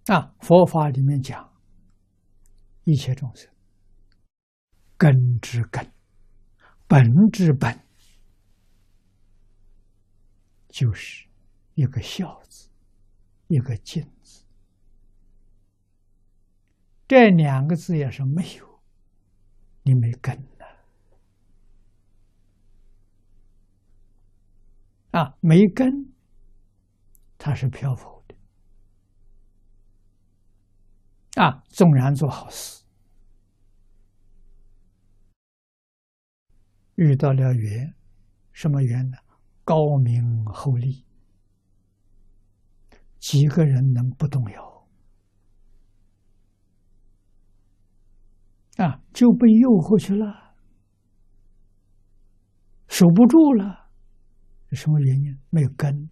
佛法里面讲，一切众生根之根，本之本，就是一个孝字，一个敬字。这两个字要是没有，你没根没根，它是漂浮的纵然做好事，遇到了缘，什么缘呢？高明厚利，几个人能不动摇就被诱惑去了，守不住了。什么原因？没有根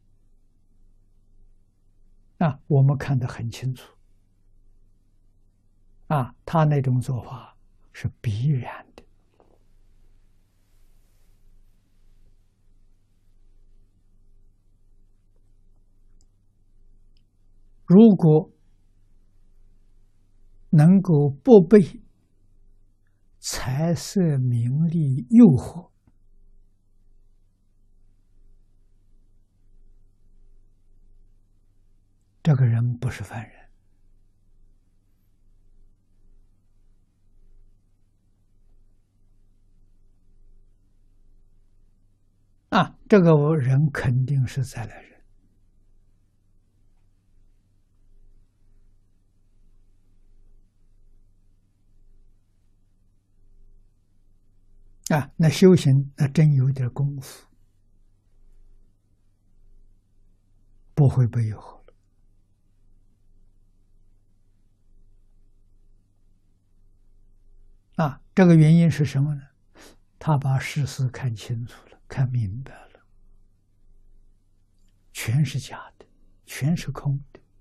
我们看得很清楚他那种做法是必然的。如果能够不被财色名利诱惑，这个人不是凡人这个人肯定是再来人那修行那真有点功夫，不会被诱惑了这个原因是什么呢？他把事实看清楚了，看明白了，全是假的，全是空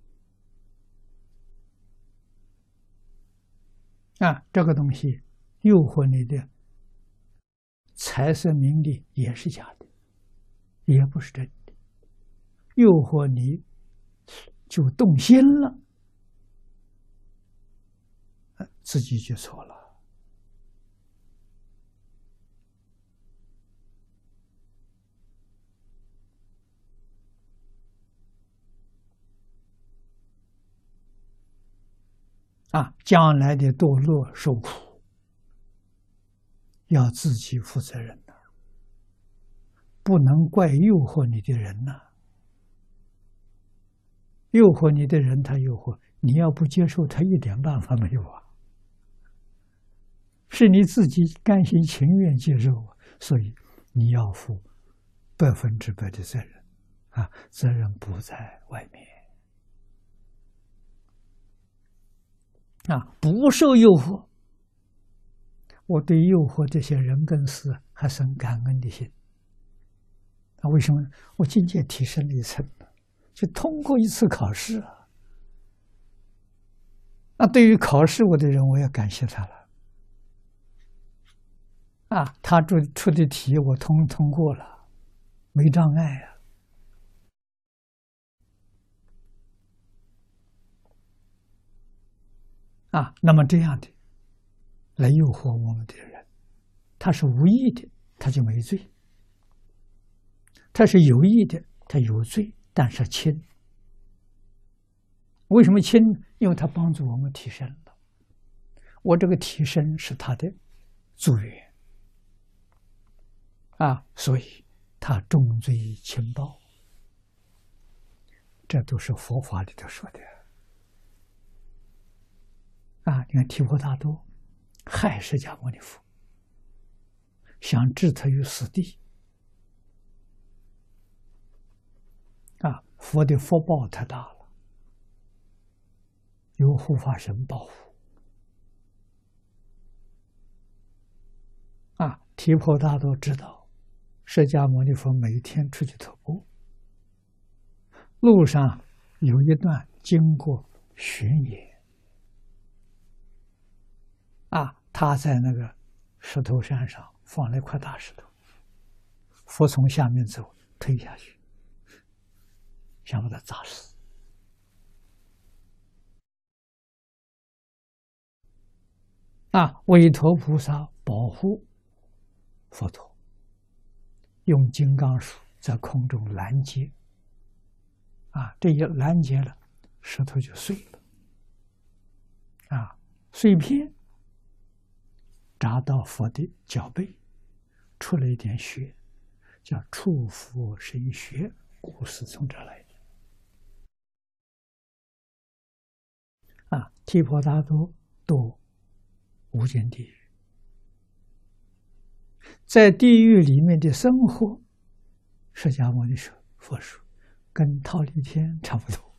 的这个东西诱惑你的财色名利也是假的，也不是真的，诱惑你就动心了，自己就错了将来的堕落受苦要自己负责任的，不能怪诱惑你的人诱惑你的人他诱惑你，要不接受他一点办法没有是你自己甘心情愿接受所以你要负100%的责任责任不在外面不受诱惑，我对诱惑这些人跟事还生感恩的心为什么？我境界提升了一层，就通过一次考试对于考试我的人，我也感谢他了他出的题我通过了，没障碍那么这样的来诱惑我们的人，他是无意的，他就没罪；他是有意的，他有罪，但是轻。为什么轻？因为他帮助我们提升了。我这个提升是他的助缘所以他重罪轻报，这都是佛法里头说的你看提婆达多害释迦牟尼佛，想置他于死地佛的福报太大了，有护法神保护提婆达多知道释迦牟尼佛每天出去徒步，路上有一段经过巡野他在那个石头山上放了一块大石头，佛从下面走，推下去，想把他砸死委托菩萨保护佛陀，用金刚杵在空中拦截，这一拦截了，石头就碎了，碎片扎到佛的脚背，出了一点血，叫触佛生血，故事从这来的。提婆达多堕无间地狱，在地狱里面的生活，释迦牟尼说，佛说，跟忉利天差不多。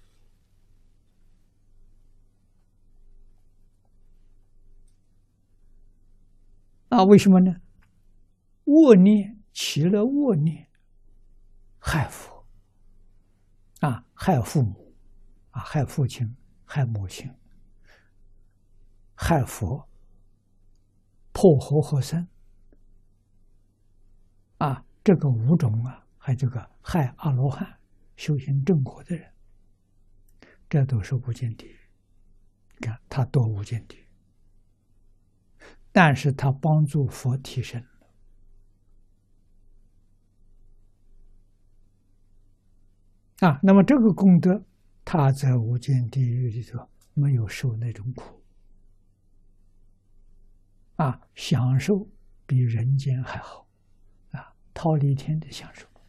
为什么呢？恶念起了恶念，害佛，害父母，害父亲，害母亲，害佛，破活和生，这个五种还有这个害阿罗汉修行正果的人，这都是无间地狱。你看他堕无间地狱，但是他帮助佛提升了，那么这个功德，他在无间地狱里头没有受那种苦，享受比人间还好，忉利天的享受。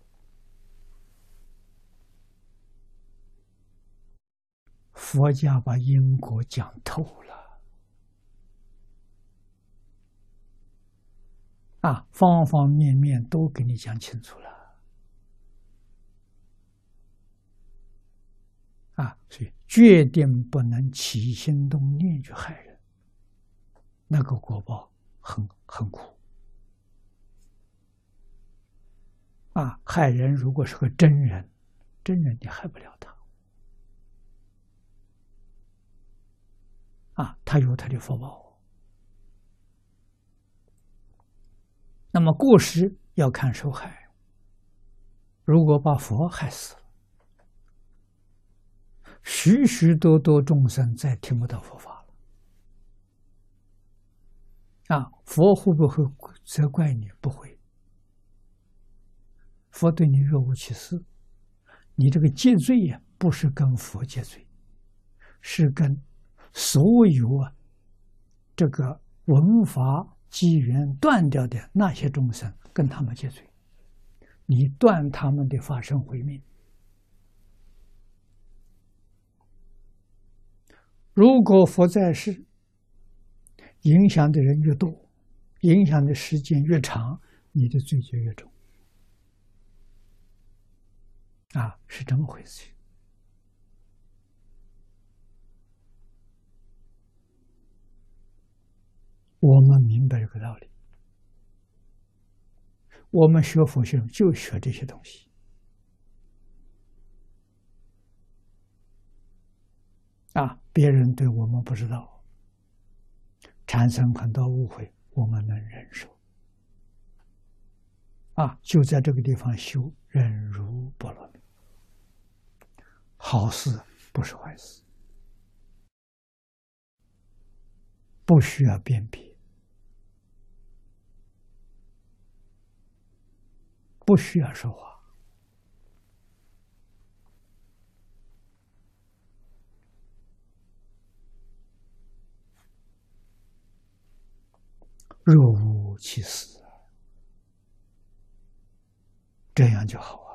佛家把因果讲透了，方方面面都给你讲清楚了，所以决定不能起心动念去害人，那个果报很苦。害人如果是个真人，你害不了他，他有他的福报。那么过失要看受害人，如果把佛害死了，许许多多众生再听不到佛法了，佛会不会责怪你？不会。佛对你若无其事，你这个戒罪不是跟佛戒罪，是跟所有这个闻法机缘断掉的那些众生，跟他们戒罪，你断他们的法身慧命。如果佛在世，影响的人越多，影响的时间越长，你的罪就越重。是这么回事。我们明白这个道理，我们学佛学就学这些东西。别人对我们不知道，产生很多误会，我们能忍受。就在这个地方修忍辱波罗蜜，好事不是坏事，不需要辨别，不需要说话。若无其事，这样就好